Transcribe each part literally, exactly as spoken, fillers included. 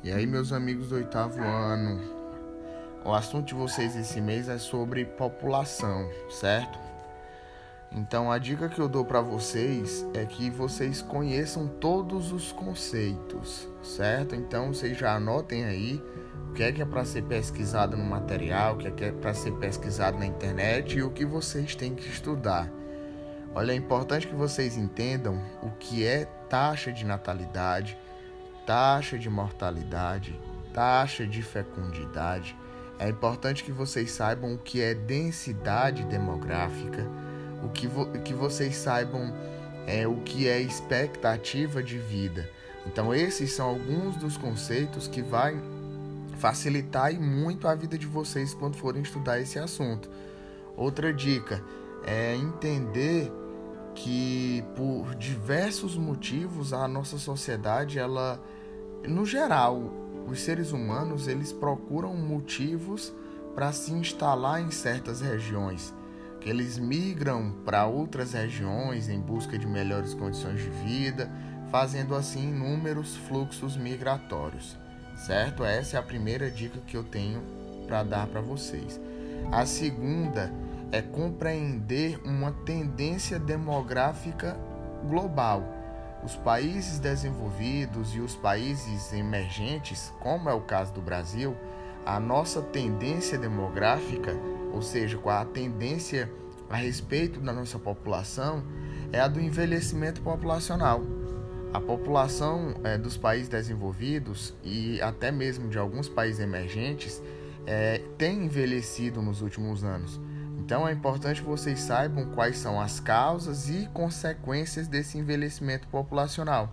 E aí, meus amigos do oitavo ano, o assunto de vocês esse mês é sobre população, certo? Então, a dica que eu dou para vocês é que vocês conheçam todos os conceitos, certo? Então, vocês já anotem aí o que é que é para ser pesquisado no material, o que é que é para ser pesquisado na internet e o que vocês têm que estudar. Olha, é importante que vocês entendam o que é taxa de natalidade, taxa de mortalidade, taxa de fecundidade. É importante que vocês saibam o que é densidade demográfica, o que, vo- que vocês saibam é, o que é expectativa de vida. Então, esses são alguns dos conceitos que vai facilitar e muito a vida de vocês quando forem estudar esse assunto. Outra dica é entender que por diversos motivos a nossa sociedade, ela, no geral, os seres humanos, eles procuram motivos para se instalar em certas regiões, que eles migram para outras regiões em busca de melhores condições de vida, fazendo assim inúmeros fluxos migratórios, certo? Essa é a primeira dica que eu tenho para dar para vocês. A segunda é compreender uma tendência demográfica global. Os países desenvolvidos e os países emergentes, como é o caso do Brasil, a nossa tendência demográfica, ou seja, a tendência a respeito da nossa população, é a do envelhecimento populacional. A população é, dos países desenvolvidos e até mesmo de alguns países emergentes é, tem envelhecido nos últimos anos. Então é importante que vocês saibam quais são as causas e consequências desse envelhecimento populacional.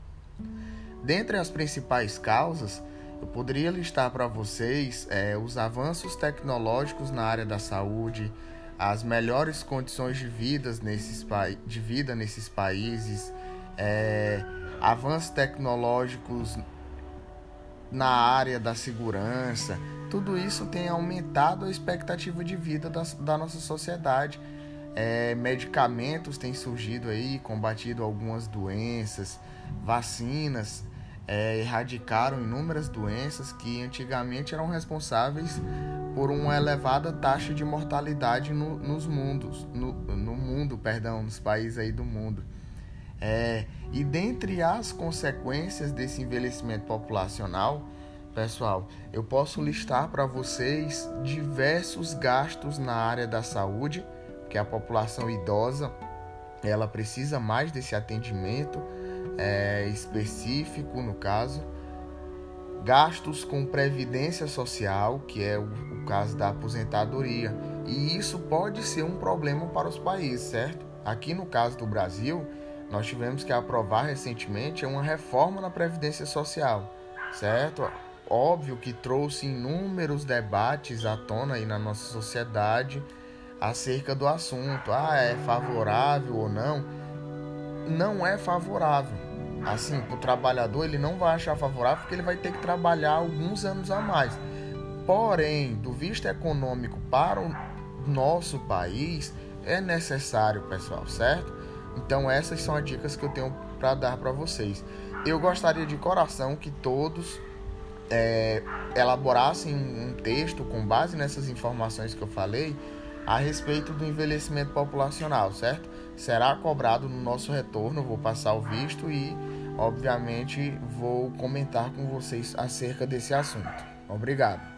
Dentre as principais causas, eu poderia listar para vocês é, os avanços tecnológicos na área da saúde, as melhores condições de, vidas nesses pa... de vida nesses países, é, avanços tecnológicos na área da segurança. Tudo isso tem aumentado a expectativa de vida da, da nossa sociedade. É, medicamentos têm surgido aí, combatido algumas doenças, vacinas é, erradicaram inúmeras doenças que antigamente eram responsáveis por uma elevada taxa de mortalidade no, nos mundos, no, no mundo, perdão, nos países aí do mundo. É, e dentre as consequências desse envelhecimento populacional, pessoal, eu posso listar para vocês diversos gastos na área da saúde, que a população idosa ela precisa mais desse atendimento é, específico, no caso. Gastos com previdência social, que é o, o caso da aposentadoria. E isso pode ser um problema para os países, certo? Aqui no caso do Brasil, nós tivemos que aprovar recentemente uma reforma na previdência social, certo? Óbvio que trouxe inúmeros debates à tona aí na nossa sociedade acerca do assunto. Ah, é favorável ou não? Não é favorável. Assim, para o trabalhador, ele não vai achar favorável porque ele vai ter que trabalhar alguns anos a mais. Porém, do visto econômico para o nosso país, é necessário, pessoal, certo? Então, essas são as dicas que eu tenho para dar para vocês. Eu gostaria de coração que todos É, elaborassem um texto com base nessas informações que eu falei a respeito do envelhecimento populacional, certo? Será cobrado no nosso retorno, vou passar o visto e, obviamente, vou comentar com vocês acerca desse assunto. Obrigado.